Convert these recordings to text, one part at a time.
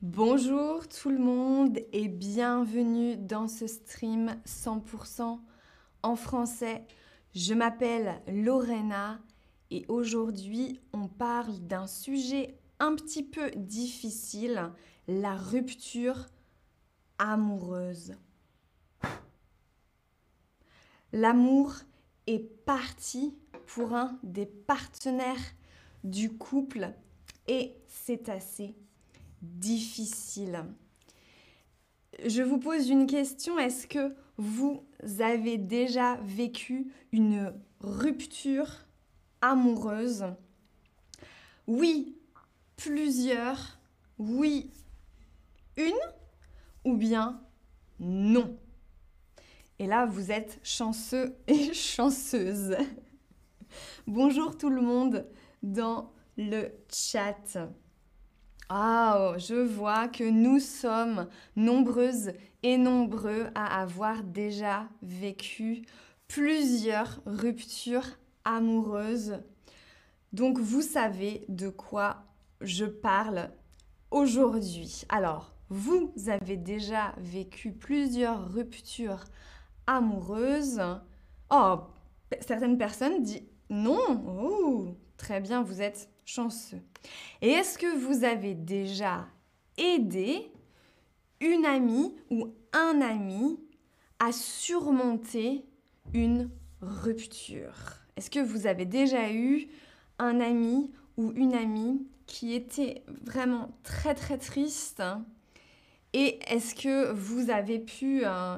Bonjour tout le monde et bienvenue dans ce stream 100% en français. Je m'appelle Lorena et aujourd'hui on parle d'un sujet un petit peu difficile, la rupture amoureuse. L'amour est parti pour un des partenaires du couple et c'est assez difficile. Je vous pose une question, est-ce que vous avez déjà vécu une rupture amoureuse? Oui, plusieurs, oui, une ou bien non. Et là, vous êtes chanceux et chanceuse. Bonjour tout le monde dans le chat. Ah, je vois que nous sommes nombreuses et nombreux à avoir déjà vécu plusieurs ruptures amoureuses. Donc, vous savez de quoi je parle aujourd'hui. Alors, vous avez déjà vécu plusieurs ruptures amoureuses. Oh, certaines personnes disent non. Oh, très bien, vous êtes chanceux. Et est-ce que vous avez déjà aidé une amie ou un ami à surmonter une rupture? Est-ce que vous avez déjà eu un ami ou une amie qui était vraiment très très triste? Et est-ce que vous avez pu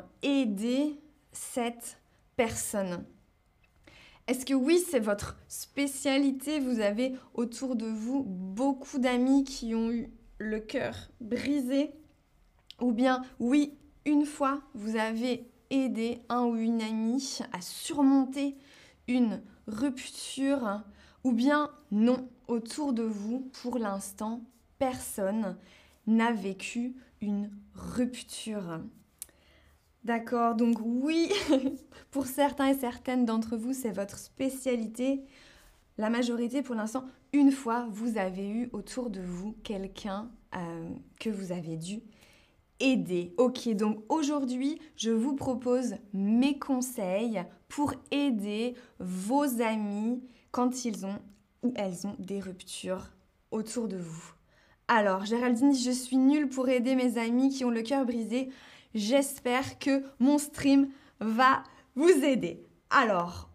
aider cette personne? Est-ce que oui, c'est votre spécialité? Vous avez autour de vous beaucoup d'amis qui ont eu le cœur brisé? Ou bien oui, une fois, vous avez aidé un ou une amie à surmonter une rupture? Ou bien non, autour de vous, pour l'instant, personne n'a vécu une rupture. D'accord, donc oui, pour certains et certaines d'entre vous, c'est votre spécialité. La majorité, pour l'instant, une fois, vous avez eu autour de vous quelqu'un que vous avez dû aider. Ok, donc aujourd'hui, je vous propose mes conseils pour aider vos amis quand ils ont ou elles ont des ruptures autour de vous. Alors, Géraldine, je suis nulle pour aider mes amis qui ont le cœur brisé. J'espère que mon stream va vous aider. Alors,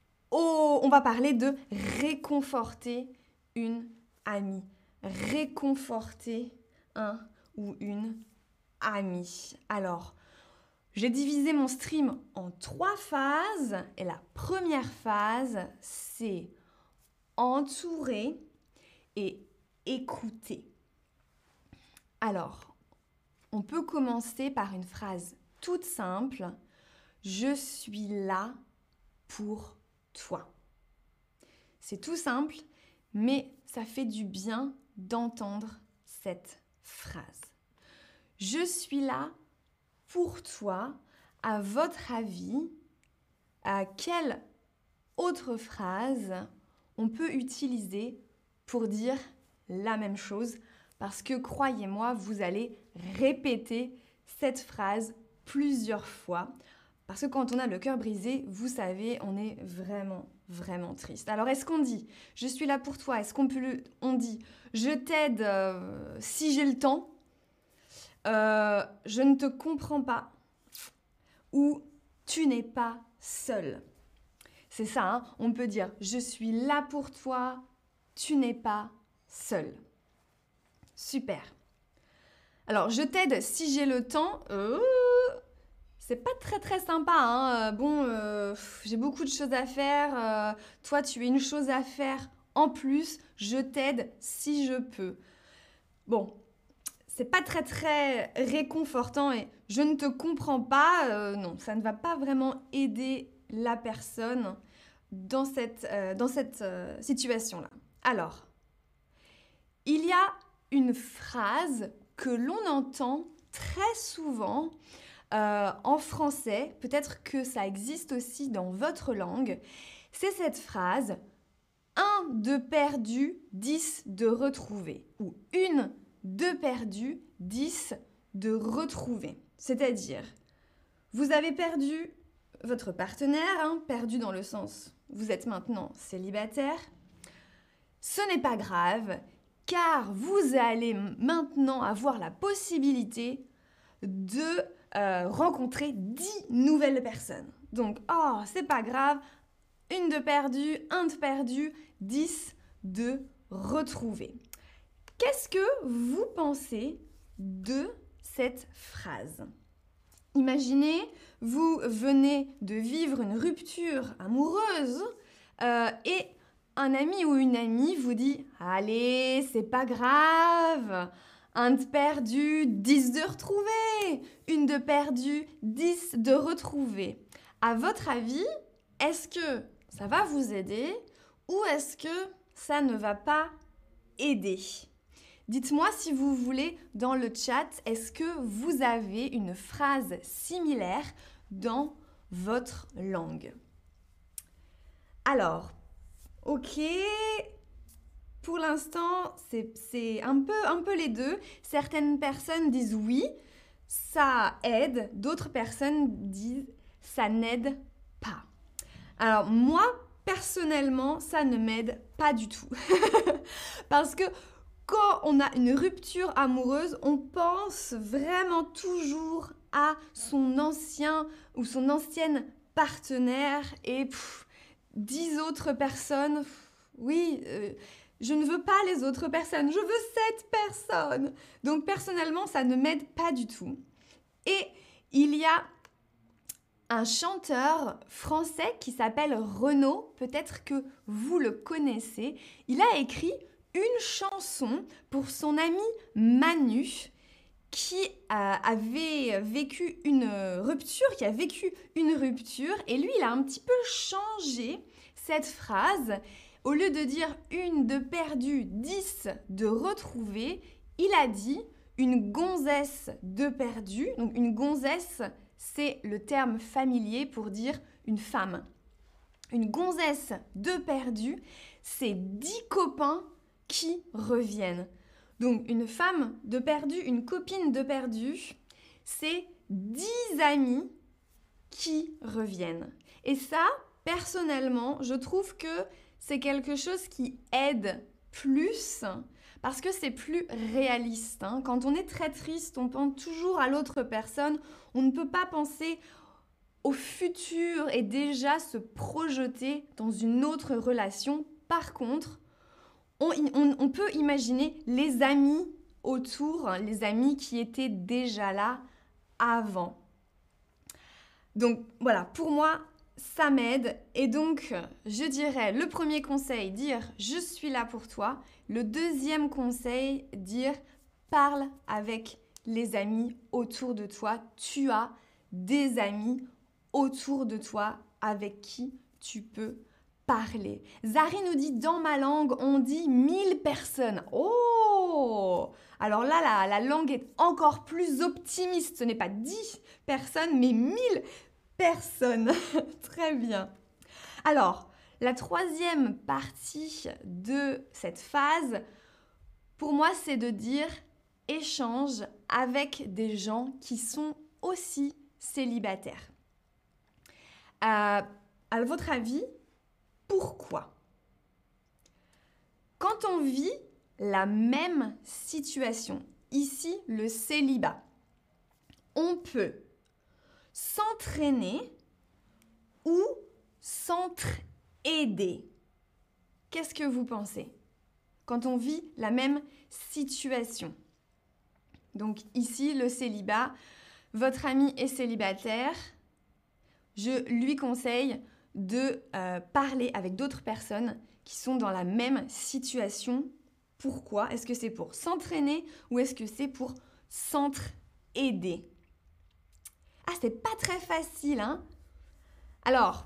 on va parler de réconforter une amie. Réconforter un ou une amie. Alors, j'ai divisé mon stream en 3 phases. Et la première phase, c'est entourer et écouter. Alors, on peut commencer par une phrase toute simple. Je suis là pour toi. C'est tout simple, mais ça fait du bien d'entendre cette phrase. Je suis là pour toi. À votre avis, quelle autre phrase on peut utiliser pour dire la même chose? Parce que croyez-moi, vous allez répéter cette phrase plusieurs fois. Parce que quand on a le cœur brisé, vous savez, on est vraiment, vraiment triste. Alors est-ce qu'on dit « je suis là pour toi » Est-ce on dit « je t'aide si j'ai le temps » je ne te comprends pas ou tu n'es pas seul. C'est ça, hein? On peut dire « je suis là pour toi, tu n'es pas seul ». Super. Alors, je t'aide si j'ai le temps. C'est pas très très sympa, hein. J'ai beaucoup de choses à faire. Toi, tu as une chose à faire en plus. Je t'aide si je peux. Bon, c'est pas très très réconfortant et je ne te comprends pas. Non, ça ne va pas vraiment aider la personne dans cette situation-là. Alors, il y a une phrase que l'on entend très souvent en français, peut-être que ça existe aussi dans votre langue, c'est cette phrase « un de perdu, 10 de retrouvé » ou « une de perdu, 10 de retrouver. C'est-à-dire, vous avez perdu votre partenaire, perdu dans le sens, vous êtes maintenant célibataire. Ce n'est pas grave, car vous allez maintenant avoir la possibilité de rencontrer 10 nouvelles personnes. Donc, c'est pas grave, une de perdue, un de perdu, 10 de retrouver. Qu'est-ce que vous pensez de cette phrase ? Imaginez, vous venez de vivre une rupture amoureuse et un ami ou une amie vous dit « Allez, c'est pas grave, un de perdu, 10 de retrouver, une de perdue, 10 de retrouver. » À votre avis, est-ce que ça va vous aider ou est-ce que ça ne va pas aider ? Dites-moi si vous voulez dans le chat, est-ce que vous avez une phrase similaire dans votre langue ? Alors, ok, pour l'instant, c'est un peu les deux. Certaines personnes disent oui, ça aide. D'autres personnes disent ça n'aide pas. Alors moi, personnellement, ça ne m'aide pas du tout. Parce que quand on a une rupture amoureuse, on pense vraiment toujours à son ancien ou son ancienne partenaire et 10 autres personnes. Je ne veux pas les autres personnes, je veux cette personne. Donc personnellement, ça ne m'aide pas du tout. Et il y a un chanteur français qui s'appelle Renaud, peut-être que vous le connaissez. Il a écrit une chanson pour son ami Manu qui avait vécu une rupture, et lui il a un petit peu changé cette phrase. Au lieu de dire une de perdue, 10 de retrouver, il a dit une gonzesse de perdue. Donc une gonzesse, c'est le terme familier pour dire une femme. Une gonzesse de perdue, c'est 10 copains qui reviennent. Donc une femme de perdu, une copine de perdu, c'est 10 amis qui reviennent. Et ça, personnellement, je trouve que c'est quelque chose qui aide plus parce que c'est plus réaliste. Quand on est très triste, on pense toujours à l'autre personne. On ne peut pas penser au futur et déjà se projeter dans une autre relation. Par contre, on peut imaginer les amis autour, les amis qui étaient déjà là avant. Donc voilà, pour moi, ça m'aide. Et donc, je dirais le premier conseil, dire « je suis là pour toi ». Le deuxième conseil, dire « parle avec les amis autour de toi ». Tu as des amis autour de toi avec qui tu peux parler. Zari nous dit, dans ma langue, on dit 1000 personnes. Oh! Alors là, la langue est encore plus optimiste. Ce n'est pas 10 personnes, mais 1000 personnes. Très bien. Alors, la troisième partie de cette phase, pour moi, c'est de dire échange avec des gens qui sont aussi célibataires. À votre avis, pourquoi ? Quand on vit la même situation, ici le célibat, on peut s'entraîner ou s'entraider. Qu'est-ce que vous pensez ? Quand on vit la même situation. Donc ici, le célibat, votre ami est célibataire, je lui conseille de parler avec d'autres personnes qui sont dans la même situation. Pourquoi ? Est-ce que c'est pour s'entraîner ou est-ce que c'est pour s'entraider ? Ah, c'est pas très facile, hein ? Alors,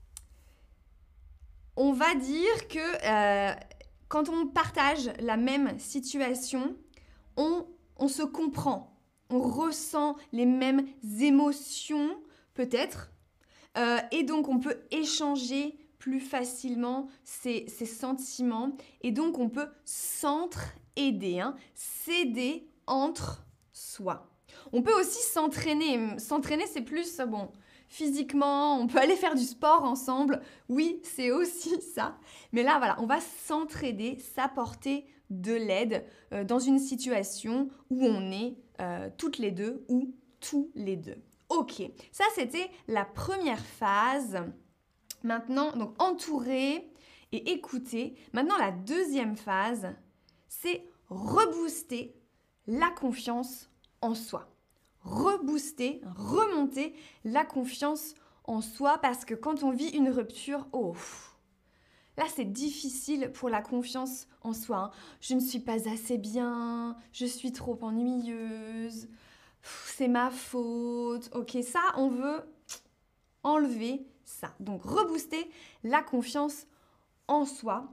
on va dire que quand on partage la même situation, on se comprend, on ressent les mêmes émotions, peut-être, et donc on peut échanger plus facilement ces sentiments, et donc on peut s'entraider. aider, hein, s'aider entre soi. On peut aussi s'entraîner. S'entraîner, c'est plus, bon, physiquement, on peut aller faire du sport ensemble. Oui, c'est aussi ça. Mais là, voilà, on va s'entraider, s'apporter de l'aide dans une situation où on est toutes les deux ou tous les deux. Ok, ça c'était la première phase. Maintenant, donc entourer et écouter. Maintenant, la deuxième phase, c'est rebooster la confiance en soi. Rebooster, remonter la confiance en soi parce que quand on vit une rupture, là c'est difficile pour la confiance en soi. Hein. Je ne suis pas assez bien, je suis trop ennuyeuse, c'est ma faute. Ok, ça on veut enlever ça. Donc rebooster la confiance en soi.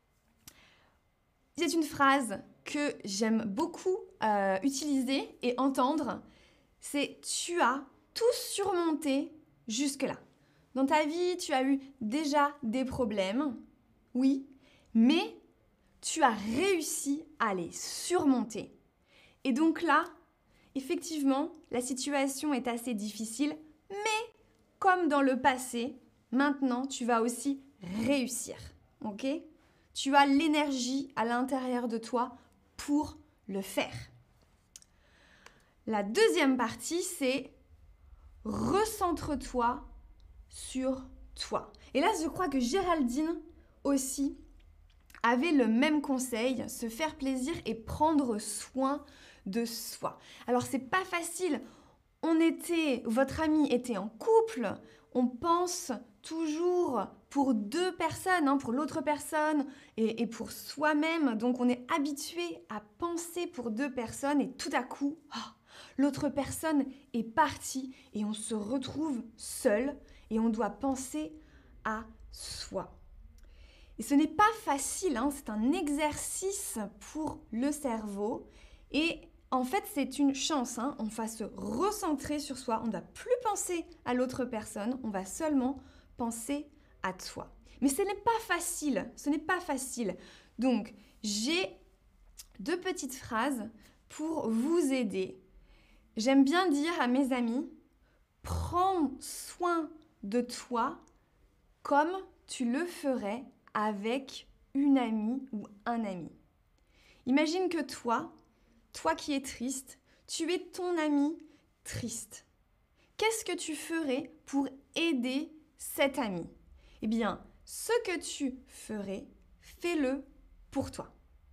C'est une phrase que j'aime beaucoup utiliser et entendre. C'est « tu as tout surmonté jusque-là ». Dans ta vie, tu as eu déjà des problèmes, oui, mais tu as réussi à les surmonter. Et donc là, effectivement, la situation est assez difficile, mais comme dans le passé, maintenant, tu vas aussi réussir, ok ? Tu as l'énergie à l'intérieur de toi pour le faire. La deuxième partie, c'est recentre-toi sur toi. Et là, je crois que Géraldine aussi avait le même conseil, se faire plaisir et prendre soin de soi. Alors, c'est pas facile. Votre ami était en couple, on pense toujours pour deux personnes, hein, pour l'autre personne et pour soi-même. Donc, on est habitué à penser pour deux personnes et tout à coup, l'autre personne est partie et on se retrouve seul et on doit penser à soi. Et ce n'est pas facile, hein, c'est un exercice pour le cerveau et en fait, c'est une chance, hein. On va se recentrer sur soi, on ne va plus penser à l'autre personne, on va seulement penser à toi. Mais ce n'est pas facile, Donc, j'ai deux petites phrases pour vous aider. J'aime bien dire à mes amis, prends soin de toi comme tu le ferais avec une amie ou un ami. Imagine que toi qui es triste, tu es ton ami triste. Qu'est-ce que tu ferais pour aider cet ami ? Eh bien, ce que tu ferais, fais-le pour toi.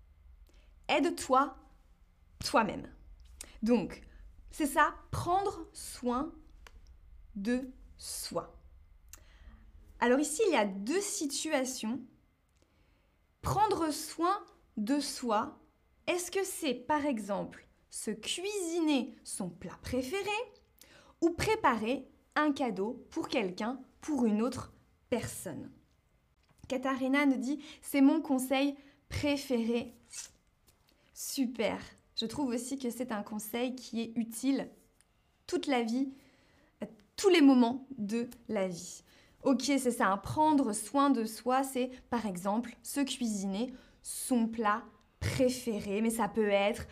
Aide-toi toi-même. Donc, c'est ça, prendre soin de soi. Alors ici, il y a deux situations. Prendre soin de soi, est-ce que c'est par exemple se cuisiner son plat préféré ou préparer un cadeau pour quelqu'un, pour une autre personne ? Katharina nous dit « c'est mon conseil préféré ». Super. Je trouve aussi que c'est un conseil qui est utile toute la vie, à tous les moments de la vie. Ok, c'est ça, hein, prendre soin de soi, c'est par exemple se cuisiner son plat préféré, mais ça peut être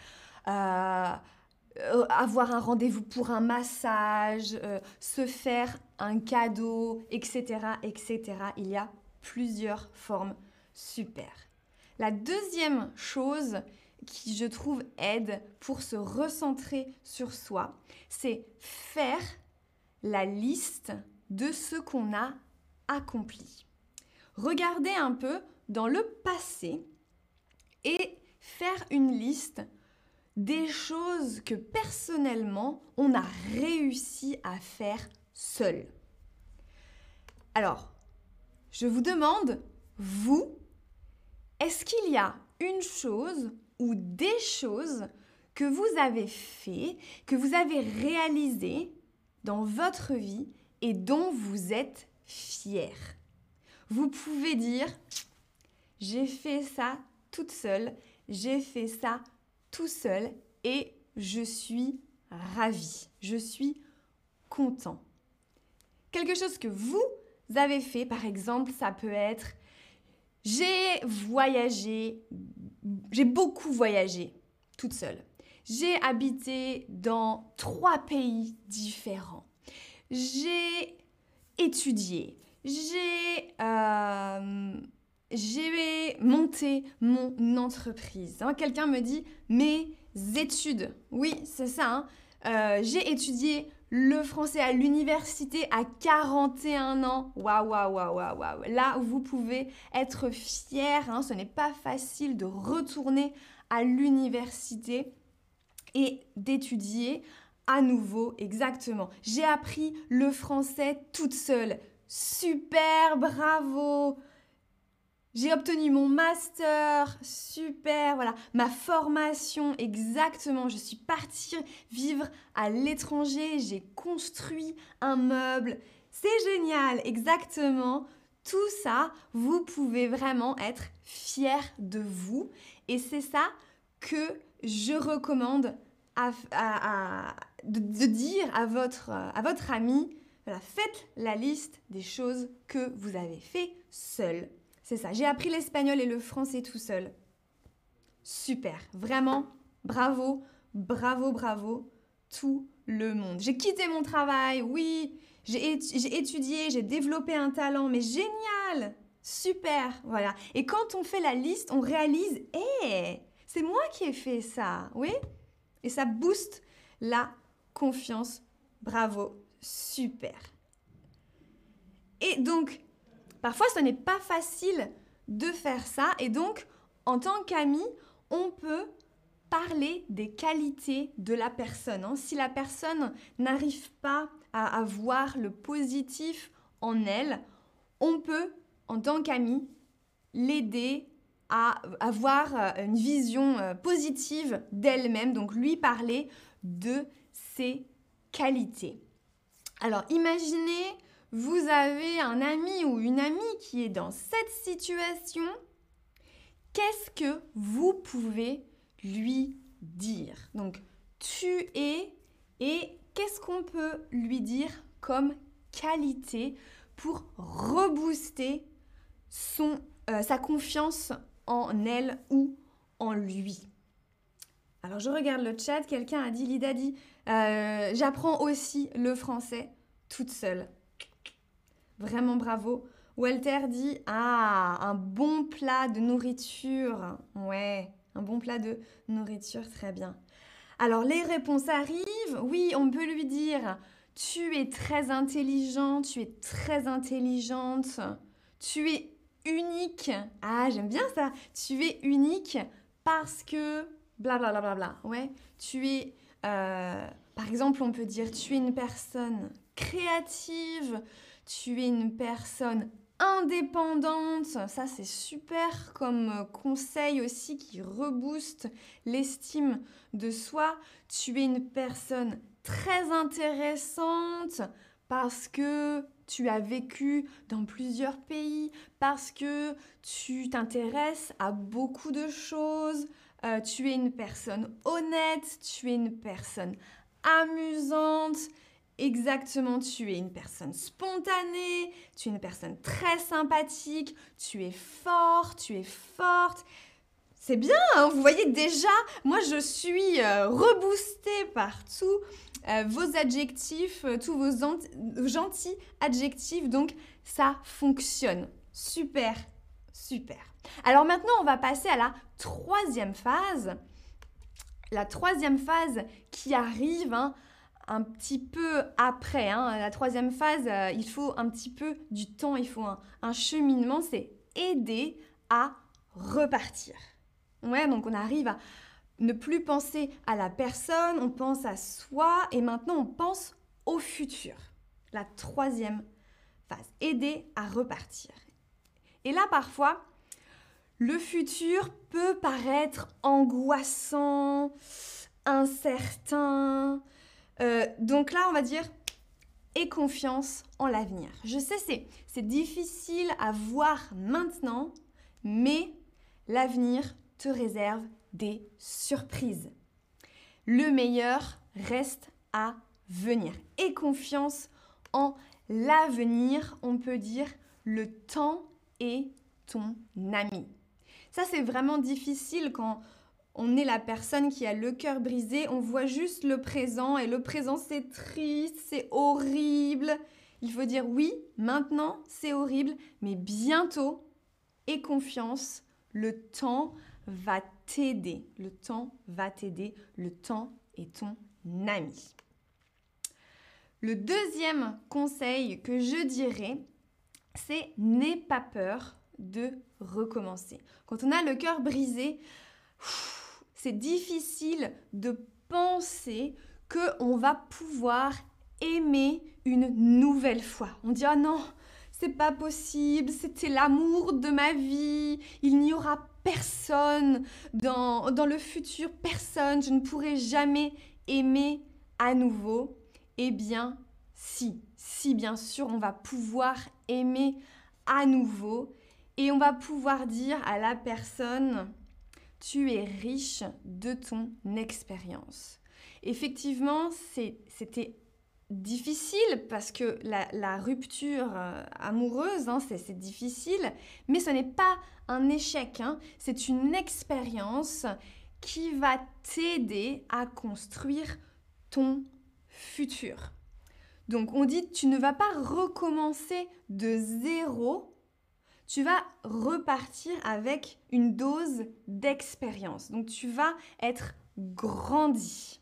avoir un rendez-vous pour un massage, se faire un cadeau, etc., etc. Il y a plusieurs formes super. La deuxième chose qui, je trouve, aide pour se recentrer sur soi, c'est faire la liste de ce qu'on a accompli. Regardez un peu dans le passé et faire une liste des choses que personnellement on a réussi à faire seul. Alors, je vous demande, vous, est-ce qu'il y a une chose ou des choses que vous avez fait, que vous avez réalisé dans votre vie et dont vous êtes fier? Vous pouvez dire « j'ai fait ça toute seule, j'ai fait ça tout seul et je suis ravie, je suis content ». Quelque chose que vous avez fait, par exemple, ça peut être « j'ai voyagé j'ai beaucoup voyagé toute seule. J'ai habité dans 3 pays différents. J'ai étudié. J'ai monté mon entreprise. Hein, quelqu'un me dit mes études. Oui, c'est ça. Hein. J'ai étudié le français à l'université à 41 ans. Waouh, waouh, waouh, waouh, waouh. Là, vous pouvez être fiers. Hein, ce n'est pas facile de retourner à l'université et d'étudier à nouveau, exactement. J'ai appris le français toute seule. Super, bravo! J'ai obtenu mon master, super, voilà, ma formation, exactement. Je suis partie vivre à l'étranger, j'ai construit un meuble. C'est génial, exactement. Tout ça, vous pouvez vraiment être fiers de vous. Et c'est ça que je recommande de dire à votre ami. Voilà, faites la liste des choses que vous avez fait seul. C'est ça, j'ai appris l'espagnol et le français tout seul. Super, vraiment, bravo, bravo, bravo, tout le monde. J'ai quitté mon travail, oui, j'ai étudié, j'ai développé un talent, mais génial, super, voilà. Et quand on fait la liste, on réalise, c'est moi qui ai fait ça, oui. Et ça booste la confiance, bravo, super. Et donc, parfois, ce n'est pas facile de faire ça et donc, en tant qu'ami, on peut parler des qualités de la personne. Hein. Si la personne n'arrive pas à voir le positif en elle, on peut, en tant qu'ami, l'aider à avoir une vision positive d'elle-même, donc lui parler de ses qualités. Alors, imaginez, vous avez un ami ou une amie qui est dans cette situation. Qu'est-ce que vous pouvez lui dire? Donc, tu es et qu'est-ce qu'on peut lui dire comme qualité pour rebooster sa confiance en elle ou en lui? Alors, je regarde le chat. Quelqu'un a dit, Lida dit, j'apprends aussi le français toute seule. Vraiment bravo. Walter dit, un bon plat de nourriture. Ouais, un bon plat de nourriture, très bien. Alors, les réponses arrivent. Oui, on peut lui dire, tu es très intelligent, tu es très intelligente, tu es unique. Ah, j'aime bien ça. Tu es unique parce que blablabla. Bla, bla, bla. Ouais, tu es, par exemple, on peut dire, tu es une personne créative, tu es une personne indépendante. Ça, c'est super comme conseil aussi qui rebooste l'estime de soi. Tu es une personne très intéressante parce que tu as vécu dans plusieurs pays, parce que tu t'intéresses à beaucoup de choses. Tu es une personne honnête, tu es une personne amusante. Exactement, tu es une personne spontanée, tu es une personne très sympathique, tu es fort, tu es forte. C'est bien, hein, vous voyez déjà, moi je suis reboostée par tous vos adjectifs, tous vos gentils adjectifs, donc ça fonctionne. Super, super. Alors maintenant, on va passer à la troisième phase. La troisième phase qui arrive, hein, un petit peu après. Hein. La troisième phase, il faut un petit peu du temps, il faut un cheminement, c'est aider à repartir. Ouais, donc on arrive à ne plus penser à la personne, on pense à soi et maintenant on pense au futur. La troisième phase, aider à repartir. Et là, parfois, le futur peut paraître angoissant, incertain. Donc là, on va dire, aie confiance en l'avenir. Je sais, c'est difficile à voir maintenant, mais l'avenir te réserve des surprises. Le meilleur reste à venir. Aie confiance en l'avenir. On peut dire, le temps est ton ami. Ça, c'est vraiment difficile quand on est la personne qui a le cœur brisé. On voit juste le présent et le présent, c'est triste, c'est horrible. Il faut dire oui, maintenant, c'est horrible, mais bientôt, aie confiance, le temps va t'aider. Le temps va t'aider. Le temps est ton ami. Le deuxième conseil que je dirais, c'est n'aie pas peur de recommencer. Quand on a le cœur brisé, c'est difficile de penser qu'on va pouvoir aimer une nouvelle fois. On dit « Ah non, c'est pas possible, c'était l'amour de ma vie, il n'y aura personne dans le futur, personne, je ne pourrai jamais aimer à nouveau. » Eh bien, si bien sûr, on va pouvoir aimer à nouveau et on va pouvoir dire à la personne « Tu es riche de ton expérience. » Effectivement, c'était difficile parce que la rupture amoureuse, c'est difficile, mais ce n'est pas un échec, c'est une expérience qui va t'aider à construire ton futur. Donc on dit tu ne vas pas recommencer de zéro, tu vas repartir avec une dose d'expérience. Donc tu vas être grandi.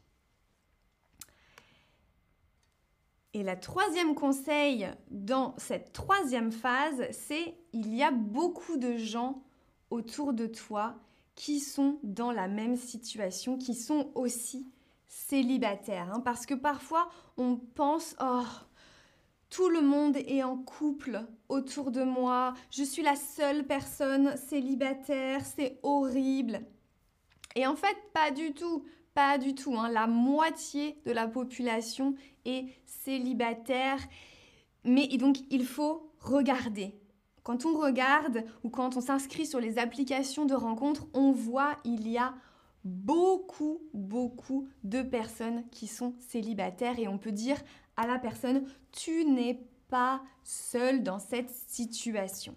Et le troisième conseil dans cette troisième phase, c'est il y a beaucoup de gens autour de toi qui sont dans la même situation, qui sont aussi célibataires. Parce que parfois, on pense « Oh, tout le monde est en couple autour de moi, je suis la seule personne célibataire, c'est horrible. » Et en fait, pas du tout. Pas du tout. La moitié de la population est célibataire. Mais donc, il faut regarder. Quand on regarde ou quand on s'inscrit sur les applications de rencontres, on voit il y a beaucoup de personnes qui sont célibataires. Et on peut dire à la personne, tu n'es pas seule dans cette situation.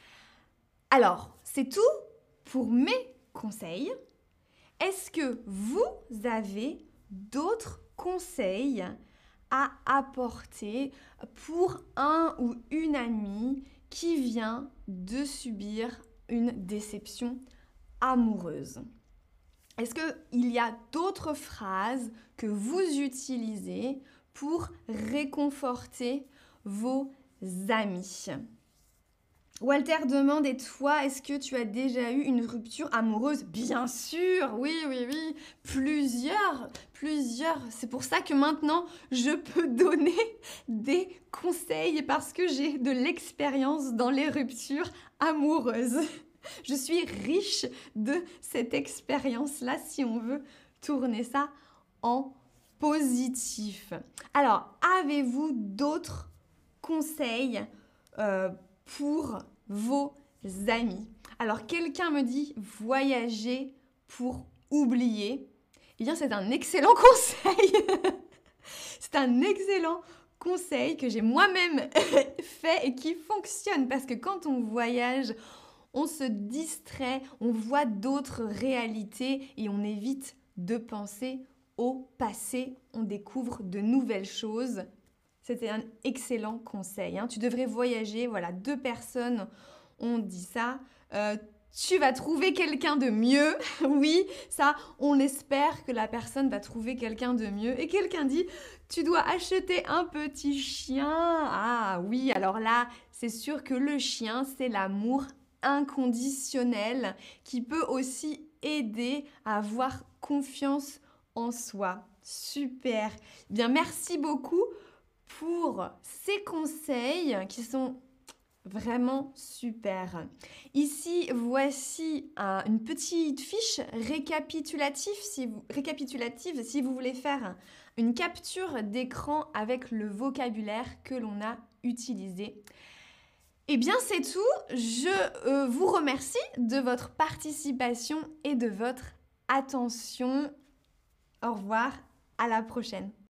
Alors, c'est tout pour mes conseils. Est-ce que vous avez d'autres conseils à apporter pour un ou une amie qui vient de subir une déception amoureuse? Est-ce qu'il y a d'autres phrases que vous utilisez pour réconforter vos amis? Walter demande, et toi, est-ce que tu as déjà eu une rupture amoureuse? Bien sûr, oui, plusieurs. C'est pour ça que maintenant, je peux donner des conseils parce que j'ai de l'expérience dans les ruptures amoureuses. Je suis riche de cette expérience-là, si on veut tourner ça en positif. Alors, avez-vous d'autres conseils pour vos amis? Alors, quelqu'un me dit voyager pour oublier. Eh bien, c'est un excellent conseil. C'est un excellent conseil que j'ai moi-même fait et qui fonctionne parce que quand on voyage, on se distrait, on voit d'autres réalités et on évite de penser au passé. On découvre de nouvelles choses. C'était un excellent conseil. Tu devrais voyager. Voilà, 2 personnes ont dit ça. Tu vas trouver quelqu'un de mieux. Oui, ça, on espère que la personne va trouver quelqu'un de mieux. Et quelqu'un dit, tu dois acheter un petit chien. Ah oui, alors là, c'est sûr que le chien, c'est l'amour inconditionnel qui peut aussi aider à avoir confiance en soi. Super. Bien, merci beaucoup pour ces conseils qui sont vraiment super. Ici, voici une petite fiche récapitulative si vous voulez faire une capture d'écran avec le vocabulaire que l'on a utilisé. Eh bien, c'est tout. Je vous remercie de votre participation et de votre attention. Au revoir, à la prochaine.